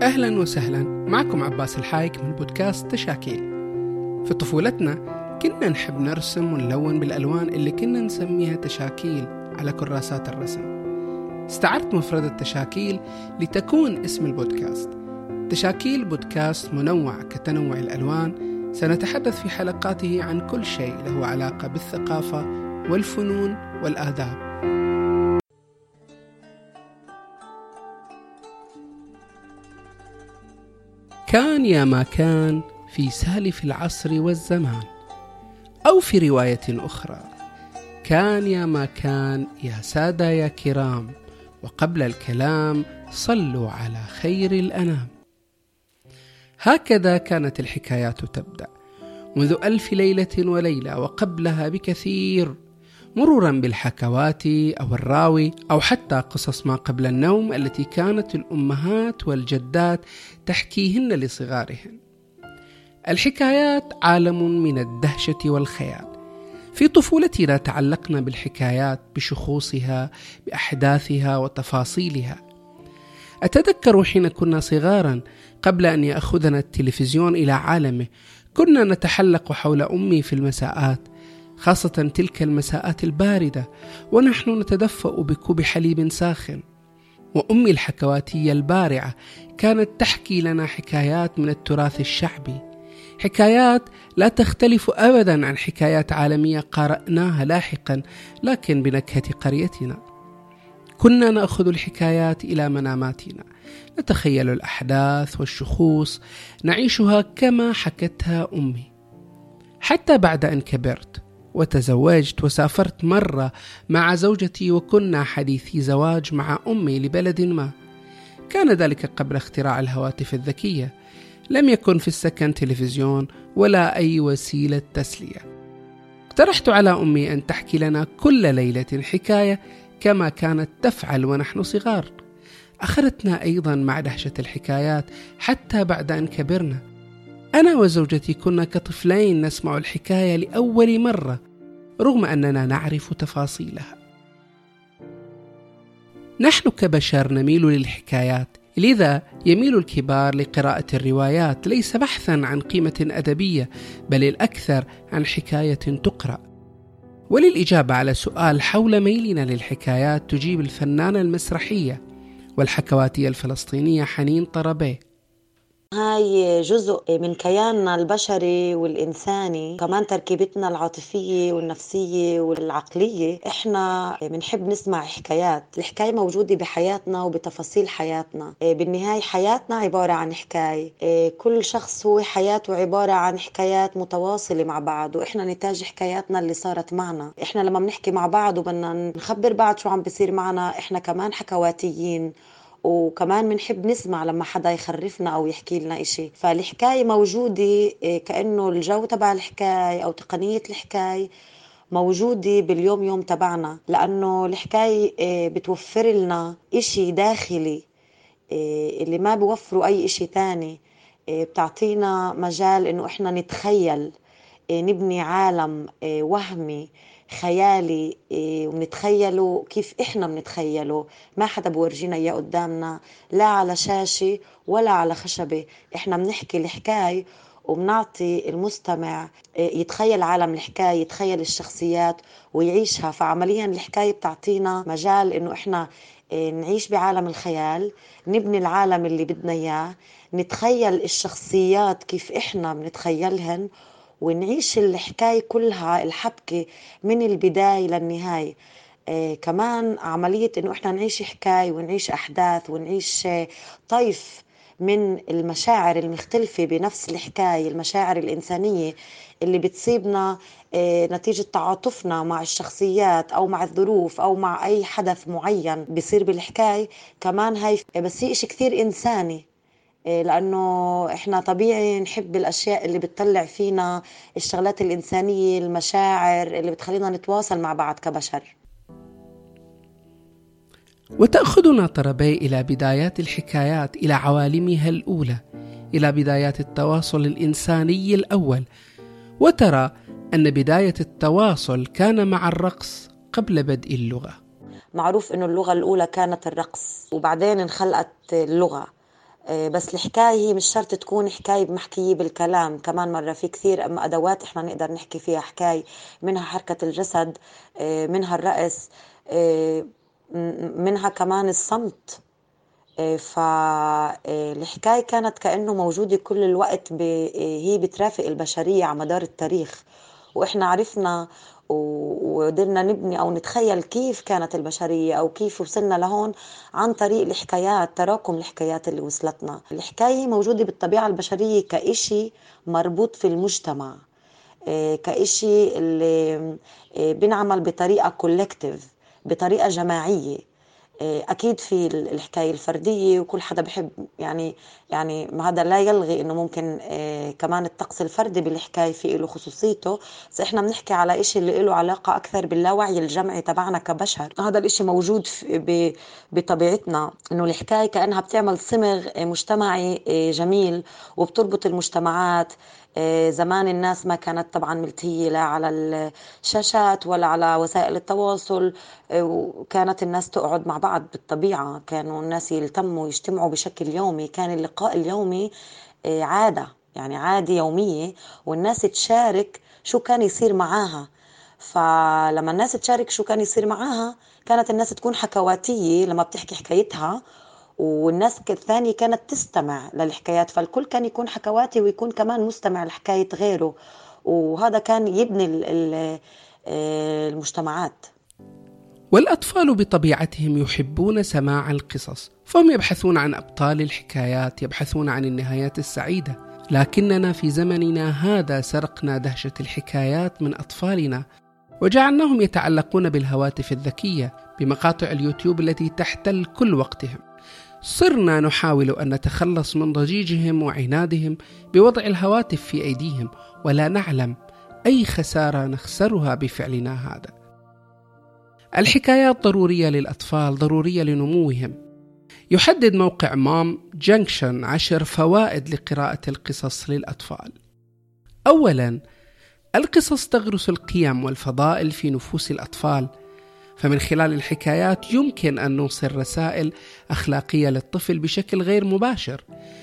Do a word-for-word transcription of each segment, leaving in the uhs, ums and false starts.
أهلا وسهلا، معكم عباس الحايك من بودكاست تشاكيل. في طفولتنا كنا نحب نرسم ونلون بالألوان اللي كنا نسميها تشاكيل على كراسات الرسم. استعرت مفردة تشاكيل لتكون اسم البودكاست. تشاكيل بودكاست منوع كتنوع الألوان، سنتحدث في حلقاته عن كل شيء له علاقة بالثقافة والفنون والآداب. كان يا ما كان في سالف العصر والزمان، أو في رواية أخرى كان يا ما كان يا سادة يا كرام، وقبل الكلام صلوا على خير الأنام. هكذا كانت الحكايات تبدأ منذ ألف ليلة وليلة وقبلها بكثير، مرورا بالحكوات أو الراوي أو حتى قصص ما قبل النوم التي كانت الأمهات والجدات تحكيهن لصغارهن. الحكايات عالم من الدهشة والخيال. في طفولتنا تعلقنا بالحكايات بشخوصها بأحداثها وتفاصيلها. أتذكر حين كنا صغارا قبل أن يأخذنا التلفزيون إلى عالمه، كنا نتحلق حول أمي في المساءات، خاصة تلك المساءات الباردة، ونحن نتدفأ بكوب حليب ساخن. وأمي الحكواتية البارعة كانت تحكي لنا حكايات من التراث الشعبي، حكايات لا تختلف أبدا عن حكايات عالمية قرأناها لاحقا لكن بنكهة قريتنا. كنا نأخذ الحكايات إلى مناماتنا، نتخيل الأحداث والشخوص، نعيشها كما حكتها أمي. حتى بعد أن كبرت وتزوجت وسافرت مرة مع زوجتي، وكنا حديثي زواج مع أمي لبلد ما. كان ذلك قبل اختراع الهواتف الذكية، لم يكن في السكن تلفزيون ولا أي وسيلة تسلية. اقترحت على أمي أن تحكي لنا كل ليلة حكاية كما كانت تفعل ونحن صغار. أخذتنا أيضا مع دهشة الحكايات حتى بعد أن كبرنا. أنا وزوجتي كنا كطفلين نسمع الحكاية لأول مرة رغم أننا نعرف تفاصيلها. نحن كبشر نميل للحكايات، لذا يميل الكبار لقراءة الروايات، ليس بحثا عن قيمة أدبية بل الأكثر عن حكاية تقرأ. وللإجابة على سؤال حول ميلنا للحكايات تجيب الفنانة المسرحية والحكواتية الفلسطينية حنين طرابيه. هاي جزء من كياننا البشري والإنساني، كمان تركيبتنا العاطفية والنفسية والعقلية. إحنا بنحب نسمع حكايات. الحكاية موجودة بحياتنا وبتفاصيل حياتنا. بالنهاية حياتنا عبارة عن حكاية، كل شخص هو حياته عبارة عن حكايات متواصلة مع بعض، وإحنا نتاج حكاياتنا اللي صارت معنا. إحنا لما بنحكي مع بعض وبدنا نخبر بعض شو عم بيصير معنا، إحنا كمان حكواتيين، وكمان بنحب نسمع لما حدا يخرفنا أو يحكي لنا إشي. فالحكاية موجودة كأنه الجو تبع الحكاية أو تقنية الحكاية موجودة باليوم يوم تبعنا، لأنه الحكاية بتوفر لنا إشي داخلي اللي ما بيوفروا أي إشي تاني. بتعطينا مجال إنه إحنا نتخيل، نبني عالم وهمي خيالي ونتخيله كيف إحنا بنتخيله، ما حدا بورجينا إياه قدامنا لا على شاشة ولا على خشبة. إحنا بنحكي الحكاية وبنعطي المستمع يتخيل عالم الحكاية، يتخيل الشخصيات ويعيشها. فعمليا الحكاية بتعطينا مجال إنه إحنا نعيش بعالم الخيال، نبني العالم اللي بدنا إياه، نتخيل الشخصيات كيف إحنا بنتخيلهن، ونعيش الحكاية كلها الحبكة من البداية للنهاية. آه كمان عملية إنه إحنا نعيش حكاية ونعيش أحداث ونعيش آه طيف من المشاعر المختلفة بنفس الحكاية، المشاعر الإنسانية اللي بتصيبنا آه نتيجة تعاطفنا مع الشخصيات أو مع الظروف أو مع أي حدث معين بيصير بالحكاية. كمان هاي بس هي إشي كثير إنساني، لأنه إحنا طبيعي نحب الأشياء اللي بتطلع فينا الشغلات الإنسانية، المشاعر اللي بتخلينا نتواصل مع بعض كبشر. وتأخذنا طرابيه إلى بدايات الحكايات، إلى عوالمها الأولى، إلى بدايات التواصل الإنساني الأول. وترى أن بداية التواصل كان مع الرقص قبل بدء اللغة. معروف إنه اللغة الأولى كانت الرقص، وبعدين انخلقت اللغة. بس الحكاية هي مش شرط تكون حكاية محكية بالكلام. كمان مرة في كثير أما أدوات إحنا نقدر نحكي فيها حكاية، منها حركة الجسد، منها الرأس، منها كمان الصمت. فالحكاية كانت كأنه موجودة كل الوقت، هي بترافق البشرية على مدار التاريخ، وإحنا عرفنا وقدرنا نبني أو نتخيل كيف كانت البشرية أو كيف وصلنا لهون عن طريق الحكايات، تراكم الحكايات اللي وصلتنا. الحكاية موجودة بالطبيعة البشرية كإشي مربوط في المجتمع، كإشي اللي بنعمل بطريقة كولكتيف، بطريقة جماعية. أكيد في الحكاية الفردية وكل حدا بحب يعني يعني ما هذا لا يلغي إنه ممكن كمان الطقس الفردي بالحكاية فيه له خصوصيته، بس إحنا بنحكي على إشي اللي له علاقة أكثر باللاوعي الجمعي تبعنا كبشر. هذا الإشي موجود بطبيعتنا، إنه الحكاية كأنها بتعمل صمغ مجتمعي جميل وبتربط المجتمعات. زمان الناس ما كانت طبعا ملتهية لا على الشاشات ولا على وسائل التواصل، وكانت الناس تقعد مع بعض بالطبيعة، كانوا الناس يلتموا يجتمعوا بشكل يومي، كان اللقاء اليومي عادة، يعني عادة يومية، والناس تشارك شو كان يصير معاها. فلما الناس تشارك شو كان يصير معاها كانت الناس تكون حكواتية لما بتحكي حكايتها، والناس الثانية كانت تستمع للحكايات، فالكل كان يكون حكواتي ويكون كمان مستمع لحكاية غيره، وهذا كان يبني المجتمعات. والأطفال بطبيعتهم يحبون سماع القصص، فهم يبحثون عن أبطال الحكايات، يبحثون عن النهايات السعيدة. لكننا في زمننا هذا سرقنا دهشة الحكايات من أطفالنا وجعلناهم يتعلقون بالهواتف الذكية، بمقاطع اليوتيوب التي تحتل كل وقتهم. صرنا نحاول أن نتخلص من ضجيجهم وعنادهم بوضع الهواتف في أيديهم، ولا نعلم أي خسارة نخسرها بفعلنا هذا. الحكايات ضرورية للأطفال، ضرورية لنموهم. يحدد موقع مام جنكشن عشر فوائد لقراءة القصص للأطفال. أولا، القصص تغرس القيم والفضائل في نفوس الأطفال، فمن خلال الحكايات يمكن أن نوصل رسائل أخلاقية للطفل بشكل غير مباشر،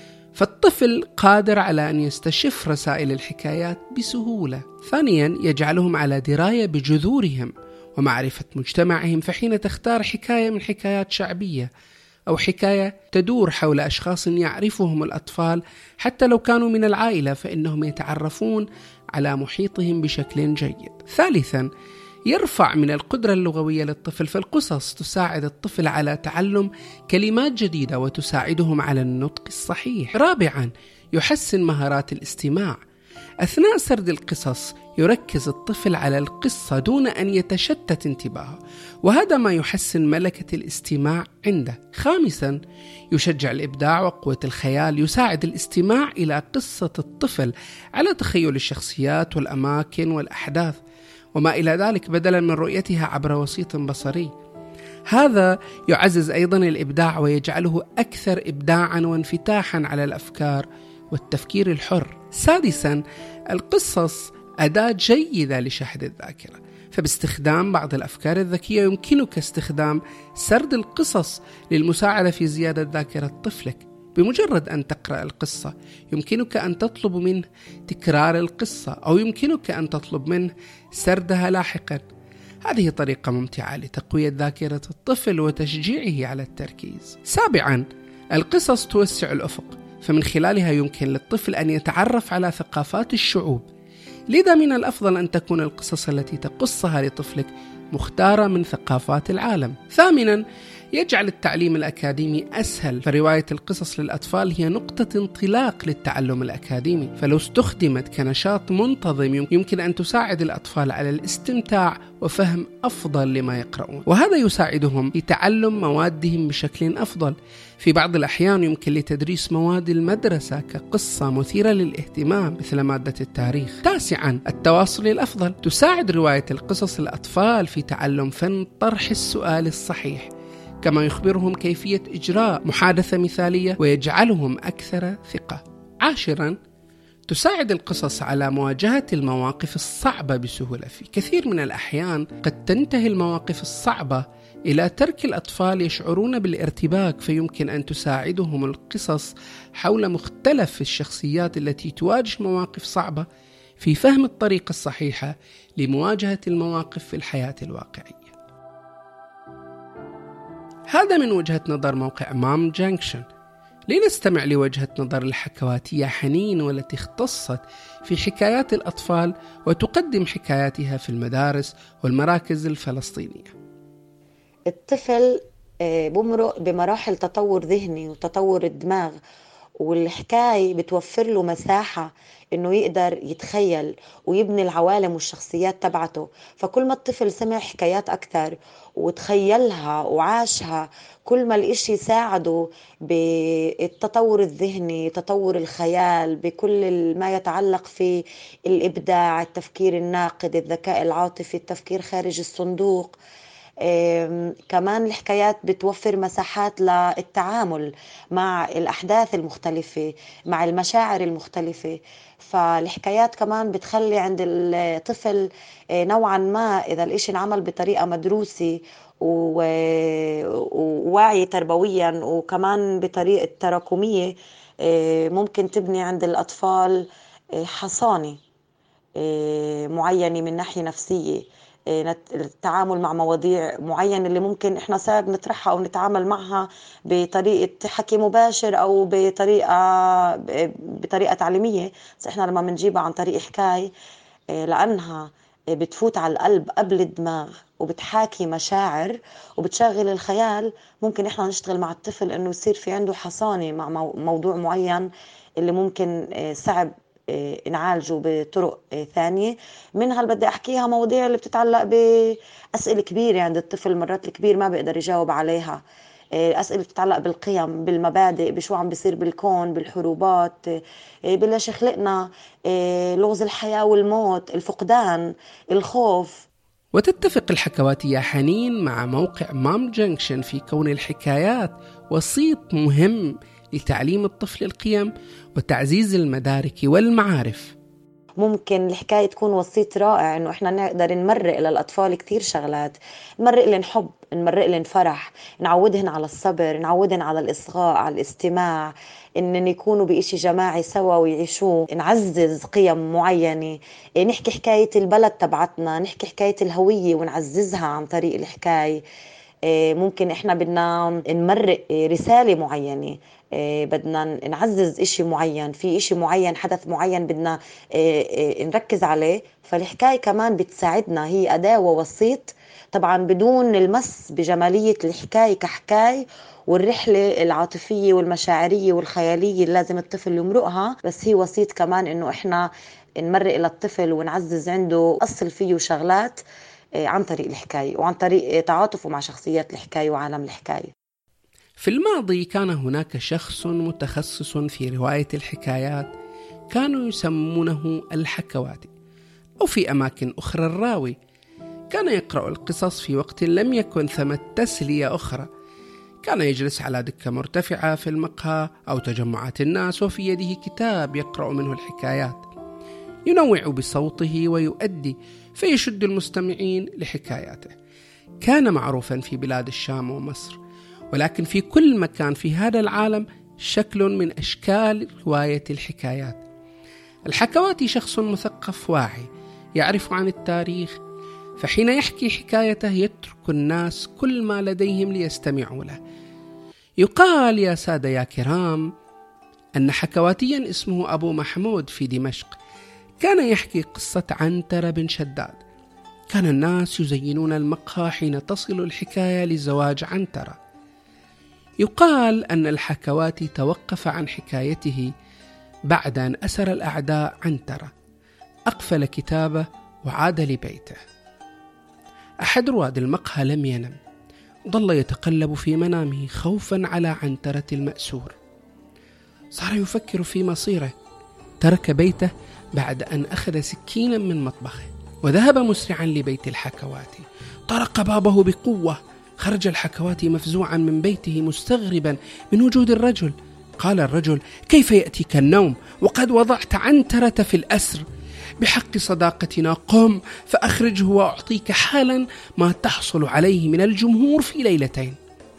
فالطفل قادر على أن يستشف رسائل الحكايات بسهولة. ثانيا، يجعلهم على دراية بجذورهم ومعرفة مجتمعهم، فحين تختار حكاية من حكايات شعبية أو حكاية تدور حول أشخاص يعرفهم الأطفال حتى لو كانوا من العائلة، فإنهم يتعرفون على محيطهم بشكل جيد. ثالثا، يرفع من القدرة اللغوية للطفل، فالقصص تساعد الطفل على تعلم كلمات جديدة وتساعدهم على النطق الصحيح. رابعا، يحسن مهارات الاستماع. أثناء سرد القصص يركز الطفل على القصة دون أن يتشتت انتباهه، وهذا ما يحسن ملكة الاستماع عنده. خامسا، يشجع الإبداع وقوة الخيال. يساعد الاستماع إلى قصة الطفل على تخيل الشخصيات والأماكن والأحداث وما إلى ذلك، بدلا من رؤيتها عبر وسيط بصري. هذا يعزز أيضا الإبداع ويجعله أكثر إبداعا وانفتاحا على الأفكار والتفكير الحر. سادسا، القصص أداة جيدة لشحذ الذاكرة، فباستخدام بعض الأفكار الذكية يمكنك استخدام سرد القصص للمساعدة في زيادة ذاكرة طفلك. بمجرد أن تقرأ القصة يمكنك أن تطلب منه تكرار القصة، أو يمكنك أن تطلب منه سردها لاحقا. هذه طريقة ممتعة لتقوية ذاكرة الطفل وتشجيعه على التركيز. سابعا، القصص توسع الأفق، فمن خلالها يمكن للطفل أن يتعرف على ثقافات الشعوب، لذا من الأفضل أن تكون القصص التي تقصها لطفلك مختارة من ثقافات العالم. ثامنا، يجعل التعليم الأكاديمي أسهل، فرواية القصص للأطفال هي نقطة انطلاق للتعلم الأكاديمي، فلو استخدمت كنشاط منتظم يمكن أن تساعد الأطفال على الاستمتاع وفهم أفضل لما يقرؤون، وهذا يساعدهم في تعلم موادهم بشكل أفضل. في بعض الأحيان يمكن لتدريس مواد المدرسة كقصة مثيرة للاهتمام مثل مادة التاريخ. تاسعا، التواصل الأفضل. تساعد رواية القصص الأطفال في تعلم فن طرح السؤال الصحيح، كما يخبرهم كيفية إجراء محادثة مثالية ويجعلهم أكثر ثقة. عاشرا، تساعد القصص على مواجهة المواقف الصعبة بسهولة. في كثير من الأحيان قد تنتهي المواقف الصعبة إلى ترك الأطفال يشعرون بالارتباك، فيمكن أن تساعدهم القصص حول مختلف الشخصيات التي تواجه مواقف صعبة في فهم الطريقة الصحيحة لمواجهة المواقف في الحياة الواقعية. هذا من وجهة نظر موقع مام جانكشن. لنستمع لوجهة نظر الحكواتية حنين، والتي اختصت في حكايات الأطفال وتقدم حكاياتها في المدارس والمراكز الفلسطينية. الطفل بمرق بمراحل تطور ذهني وتطور الدماغ، والحكاية بتوفر له مساحة انه يقدر يتخيل ويبني العوالم والشخصيات تبعته. فكل ما الطفل سمع حكايات اكثر وتخيلها وعاشها، كل ما الاشي ساعده بالتطور الذهني، تطور الخيال، بكل ما يتعلق في الابداع، التفكير الناقد، الذكاء العاطفي، التفكير خارج الصندوق. كمان الحكايات بتوفر مساحات للتعامل مع الأحداث المختلفة، مع المشاعر المختلفة. فالحكايات كمان بتخلي عند الطفل نوعا ما، إذا الإشي انعمل بطريقة مدروسة وواعي تربويا وكمان بطريقة تراكمية، ممكن تبني عند الأطفال حصانة معينة من ناحية نفسية، التعامل مع مواضيع معينة اللي ممكن احنا صعب نطرحها او نتعامل معها بطريقة حكي مباشر او بطريقة بطريقة تعليمية. بس احنا لما بنجيبها عن طريق حكاية، لانها بتفوت على القلب قبل الدماغ وبتحاكي مشاعر وبتشغل الخيال، ممكن احنا نشتغل مع الطفل انه يصير في عنده حصانة مع موضوع معين اللي ممكن صعب نعالجه بطرق ثانية. منها اللي بدي أحكيها مواضيع اللي بتتعلق بأسئلة كبيرة عند الطفل، مرات الكبير ما بيقدر يجاوب عليها، أسئلة بتتعلق بالقيم، بالمبادئ، بشو عم بيصير بالكون، بالحروبات، بلاش خلقنا، لغز الحياة والموت، الفقدان، الخوف. وتتفق الحكواتية حنين مع موقع مام جانكشن في كون الحكايات وسيط مهم لتعليم الطفل القيم وتعزيز المدارك والمعارف. ممكن الحكاية تكون وسيط رائع إنه إحنا نقدر نمرق للأطفال كتير شغلات، نمرق لهم حب، نمرق لهم فرح، نعودهن على الصبر، نعودهن على الإصغاء، على الاستماع، إن يكونوا بإشي جماعي سوا ويعيشوه، نعزز قيم معينة، نحكي حكاية البلد تبعتنا، نحكي حكاية الهوية ونعززها عن طريق الحكاية. ممكن إحنا بدنا نمرق رسالة معينة، بدنا نعزز إشي معين، في إشي معين، حدث معين بدنا نركز عليه. فالحكاية كمان بتساعدنا، هي أداة ووسيط، طبعا بدون المس بجمالية الحكاية كحكاية والرحلة العاطفية والمشاعرية والخيالية اللي لازم الطفل يمرقها، بس هي وسيط كمان إنه إحنا نمرق للطفل ونعزز عنده أصل فيه شغلات عن طريق الحكاية وعن طريق تعاطفه مع شخصيات الحكاية وعالم الحكاية. في الماضي كان هناك شخص متخصص في رواية الحكايات كانوا يسمونه الحكواتي، أو في أماكن أخرى الراوي. كان يقرأ القصص في وقت لم يكن ثمة تسلية أخرى. كان يجلس على دكة مرتفعة في المقهى أو تجمعات الناس وفي يده كتاب يقرأ منه الحكايات، ينوع بصوته ويؤدي فيشد المستمعين لحكاياته. كان معروفا في بلاد الشام ومصر، ولكن في كل مكان في هذا العالم شكل من أشكال رواية الحكايات. الحكواتي شخص مثقف واعي يعرف عن التاريخ، فحين يحكي حكايته يترك الناس كل ما لديهم ليستمعوا له. يقال يا سادة يا كرام أن حكواتيا اسمه أبو محمود في دمشق كان يحكي قصة عنترة بن شداد. كان الناس يزينون المقهى حين تصل الحكاية لزواج عنترة. يقال أن الحكواتي توقف عن حكايته بعد أن أسر الأعداء عنترة، أقفل كتابه وعاد لبيته. أحد رواد المقهى لم ينم، ظل يتقلب في منامه خوفا على عنترة المأسور. صار يفكر في مصيره، ترك بيته بعد أن أخذ سكينا من مطبخه وذهب مسرعا لبيت الحكواتي. طرق بابه بقوة. خرج الحكواتي مفزوعا من بيته مستغربا من وجود الرجل. قال الرجل: كيف يأتيك النوم وقد وضعت عنترة في الأسر؟ بحق صداقتنا قم فأخرجه وأعطيك حالا ما تحصل عليه من الجمهور في ليلتين.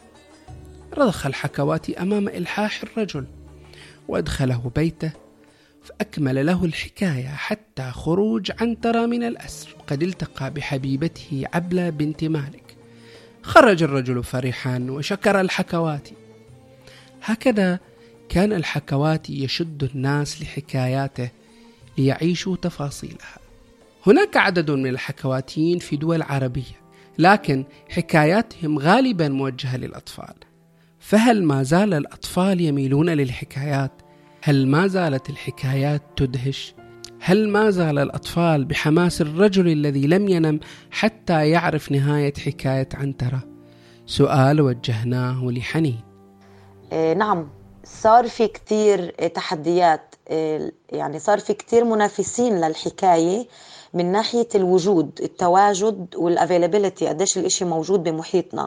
رضخ الحكواتي أمام إلحاح الرجل وأدخله بيته، فأكمل له الحكاية حتى خروج عنترة من الأسر. قد التقى بحبيبته عبلة بنت مالك. خرج الرجل فرحا وشكر الحكواتي. هكذا كان الحكواتي يشد الناس لحكاياته ليعيشوا تفاصيلها. هناك عدد من الحكواتيين في دول عربية، لكن حكاياتهم غالبا موجهة للأطفال. فهل ما زال الأطفال يميلون للحكايات؟ هل ما زالت الحكايات تدهش؟ هل ما زال الأطفال بحماس الرجل الذي لم ينم حتى يعرف نهاية حكاية عنترة؟ سؤال وجهناه لحنين. إيه نعم، صار في كتير تحديات، إيه يعني صار في كتير منافسين للحكاية من ناحية الوجود، التواجد والافيلابيلتي، قديش الاشي موجود بمحيطنا.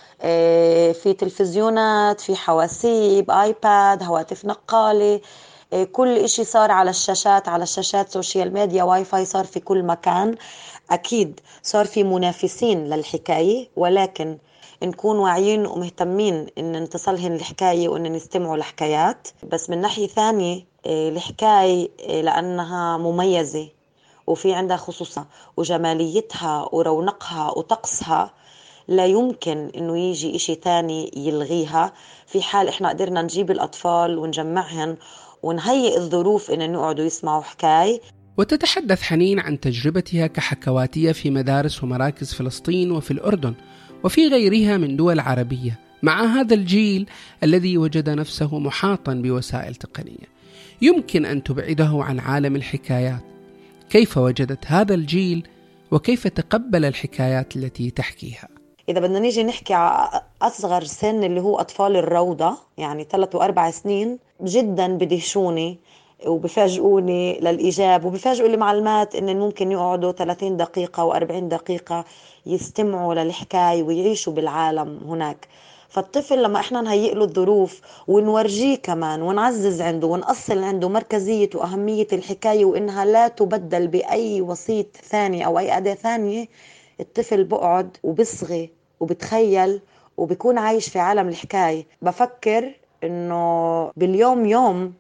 في تلفزيونات، في حواسيب، آيباد، هواتف نقالة، كل إشي صار على الشاشات، على الشاشات سوشيال ميديا، واي فاي صار في كل مكان. أكيد صار في منافسين للحكاية، ولكن نكون واعيين ومهتمين إن نتصلهن الحكاية وإن نستمعوا لحكايات. بس من ناحية ثانية الحكاية لأنها مميزة وفي عندها خصوصها وجماليتها ورونقها وطقسها، لا يمكن إنه يجي إشي تاني يلغيها، في حال إحنا قدرنا نجيب الأطفال ونجمعهن ونهيئ الظروف إن يقعدوا يسمعوا حكاي. وتتحدث حنين عن تجربتها كحكواتية في مدارس ومراكز فلسطين وفي الأردن وفي غيرها من دول عربية، مع هذا الجيل الذي وجد نفسه محاطا بوسائل تقنية يمكن أن تبعده عن عالم الحكايات. كيف وجدت هذا الجيل وكيف تقبل الحكايات التي تحكيها؟ إذا بدنا نيجي نحكي على أصغر سن اللي هو أطفال الروضة، يعني ثلاث وأربع سنين، جدا بدهشوني وبفاجئوني للإيجاب، وبفاجئوا المعلمات إن ممكن يقعدوا ثلاثين دقيقة وأربعين دقيقة يستمعوا للحكاية ويعيشوا بالعالم هناك. فالطفل لما إحنا نهيئ له الظروف ونورجيه كمان ونعزز عنده ونأصل عنده مركزية وأهمية الحكاية وإنها لا تبدل بأي وسيط ثاني أو أي أداة ثانية، الطفل بقعد وبصغي وبتخيل وبيكون عايش في عالم الحكاية. بفكر إنه باليوم يوم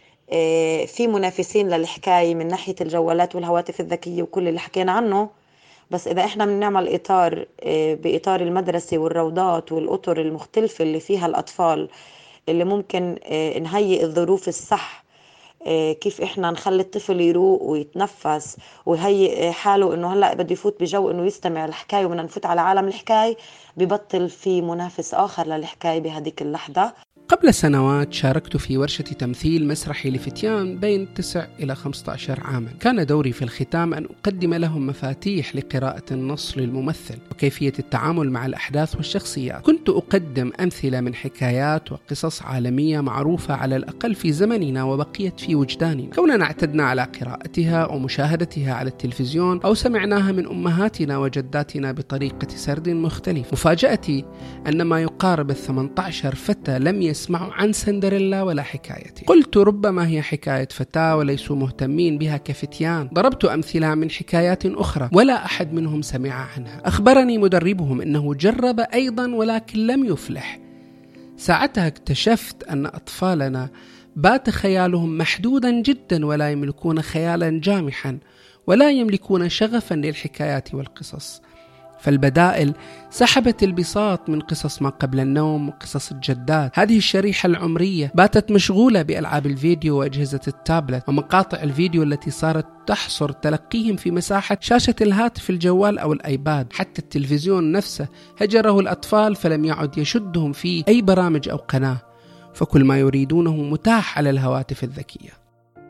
في منافسين للحكاية من ناحية الجوالات والهواتف الذكية وكل اللي حكينا عنه، بس إذا إحنا بنعمل إطار بإطار المدرسة والروضات والأطر المختلفة اللي فيها الأطفال، اللي ممكن نهيئ الظروف الصح، كيف إحنا نخلي الطفل يروق ويتنفس ويهيئ حاله إنه هلأ بده يفوت بجو إنه يستمع الحكاية ومن نفوت على عالم الحكاية، ببطل في منافس آخر للحكاية بهذيك اللحظة. قبل سنوات شاركت في ورشة تمثيل مسرحي لفتيان بين تسع إلى خمسة عشر عاما. كان دوري في الختام أن أقدم لهم مفاتيح لقراءة النص للممثل وكيفية التعامل مع الأحداث والشخصيات. كنت أقدم أمثلة من حكايات وقصص عالمية معروفة على الأقل في زمننا وبقيت في وجداننا، كوننا اعتدنا على قراءتها أو مشاهدتها على التلفزيون أو سمعناها من أمهاتنا وجداتنا بطريقة سرد مختلف. مفاجأتي أن ما يقارب الثمانية عشر فتى لم يسمعوا عن سندريلا ولا حكايتي. قلت ربما هي حكاية فتاة وليسوا مهتمين بها كفتيان. ضربت أمثلة من حكايات أخرى ولا أحد منهم سمع عنها. أخبرني مدربهم أنه جرب أيضا ولكن لم يفلح. ساعتها اكتشفت أن أطفالنا بات خيالهم محدودا جدا ولا يملكون خيالا جامحا ولا يملكون شغفا للحكايات والقصص. فالبدائل سحبت البساط من قصص ما قبل النوم وقصص الجدات. هذه الشريحة العمرية باتت مشغولة بألعاب الفيديو وأجهزة التابلت ومقاطع الفيديو التي صارت تحصر تلقيهم في مساحة شاشة الهاتف الجوال أو الآيباد. حتى التلفزيون نفسه هجره الأطفال فلم يعد يشدهم فيه أي برامج أو قناة، فكل ما يريدونه متاح على الهواتف الذكية.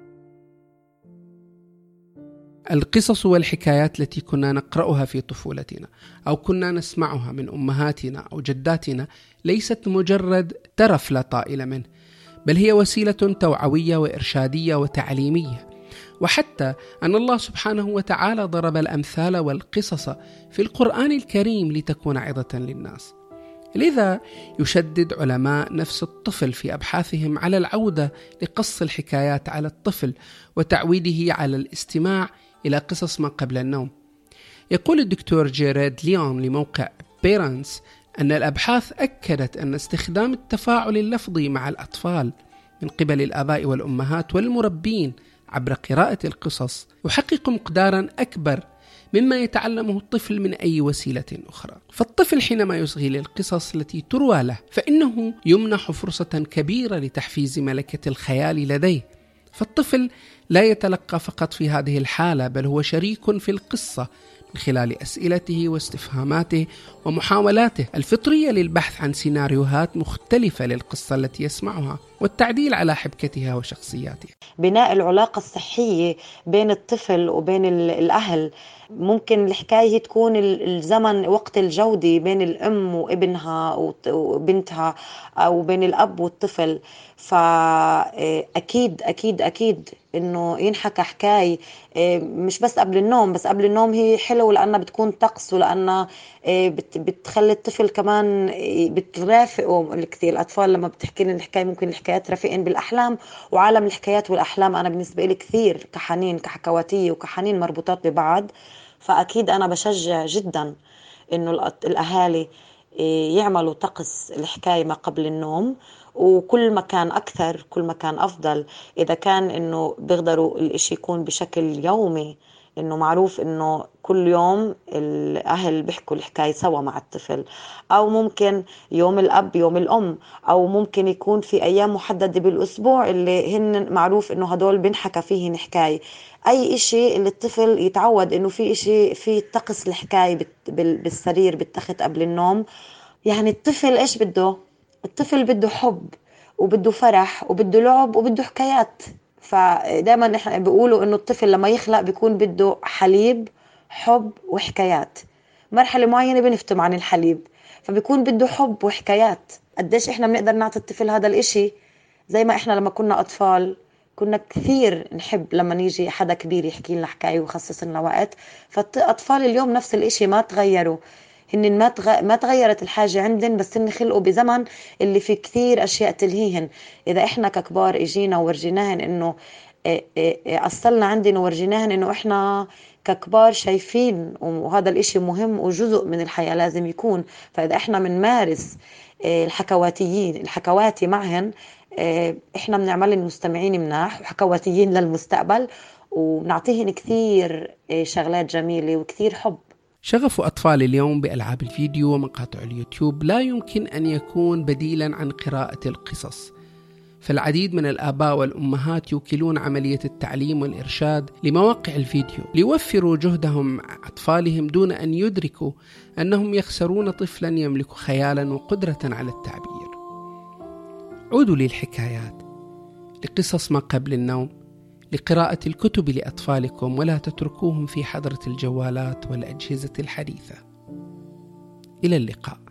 القصص والحكايات التي كنا نقرأها في طفولتنا أو كنا نسمعها من أمهاتنا أو جداتنا ليست مجرد ترف لا طائل منه، بل هي وسيلة توعوية وإرشادية وتعليمية. وحتى أن الله سبحانه وتعالى ضرب الأمثال والقصص في القرآن الكريم لتكون عظة للناس. لذا يشدد علماء نفس الطفل في أبحاثهم على العودة لقص الحكايات على الطفل وتعويده على الاستماع إلى قصص ما قبل النوم. يقول الدكتور جيرارد ليون لموقع بيرنتس أن الأبحاث أكدت أن استخدام التفاعل اللفظي مع الأطفال من قبل الآباء والأمهات والمربين عبر قراءة القصص يحقق مقدارا أكبر مما يتعلمه الطفل من أي وسيلة أخرى. فالطفل حينما يصغي للقصص التي تروى له فإنه يمنح فرصة كبيرة لتحفيز ملكة الخيال لديه. فالطفل لا يتلقى فقط في هذه الحالة، بل هو شريك في القصة من خلال أسئلته واستفهاماته ومحاولاته الفطرية للبحث عن سيناريوهات مختلفة للقصة التي يسمعها والتعديل على حبكتها وشخصياتها. بناء العلاقة الصحية بين الطفل وبين الأهل. ممكن الحكاية تكون الزمن وقت الجودة بين الأم وابنها وبنتها أو بين الأب والطفل. فأكيد أكيد أكيد إنه ينحكى حكاية مش بس قبل النوم، بس قبل النوم هي حلوة لأنها بتكون طقس ولأنها بتخلي الطفل كمان بترافقه الكثير. الأطفال لما بتحكي لنا الحكاية ممكن الحكايات رافقين بالأحلام، وعالم الحكايات والأحلام أنا بالنسبة لي كثير كحنين كحكواتية وكحنين مربوطات ببعض. فأكيد أنا بشجع جدا إنه الأهالي يعملوا طقس الحكاية ما قبل النوم، وكل ما كان أكثر كل ما كان أفضل. إذا كان إنه بيقدروا الإشي يكون بشكل يومي، إنه معروف إنه كل يوم الأهل بيحكوا الحكاية سوا مع الطفل، أو ممكن يوم الأب يوم الأم، أو ممكن يكون في أيام محددة بالأسبوع اللي هن معروف إنه هدول بنحكى فيهن حكاية. أي إشي اللي الطفل يتعود إنه في إشي في طقس الحكاية بالسرير بالتخت قبل النوم. يعني الطفل إيش بده؟ الطفل بده حب وبده فرح وبده لعب وبده حكايات. فدائما احنا بيقولوا انه الطفل لما يخلق بيكون بده حليب حب وحكايات. مرحلة معينة بنفتم عن الحليب، فبيكون بده حب وحكايات. قديش احنا بنقدر نعطي الطفل هذا الاشي؟ زي ما احنا لما كنا اطفال كنا كثير نحب لما نيجي حدا كبير يحكي لنا حكاية ويخصص لنا وقت. فالاطفال اليوم نفس الاشي، ما تغيروا، هن ما تغ... ما تغيرت الحاجة عندن، بس هن خلقوا بزمن اللي في كثير أشياء تلهيهن. إذا إحنا ككبار إجينا وورجيناهن إنه أصلنا عندنا وورجيناهن إنه إحنا ككبار شايفين وهذا الإشي مهم وجزء من الحياة لازم يكون. فإذا إحنا منمارس الحكواتيين الحكواتي معهن، إحنا بنعمل المستمعين مناح وحكواتيين للمستقبل، ونعطيهن كثير شغلات جميلة وكثير حب. شغف أطفال اليوم بألعاب الفيديو ومقاطع اليوتيوب لا يمكن أن يكون بديلا عن قراءة القصص. فالعديد من الآباء والأمهات يوكلون عملية التعليم والإرشاد لمواقع الفيديو ليوفروا جهدهم مع أطفالهم دون أن يدركوا أنهم يخسرون طفلا يملك خيالا وقدرة على التعبير. عودوا للحكايات، لقصص ما قبل النوم، لقراءة الكتب لأطفالكم، ولا تتركوهم في حضرة الجوالات والأجهزة الحديثة. إلى اللقاء.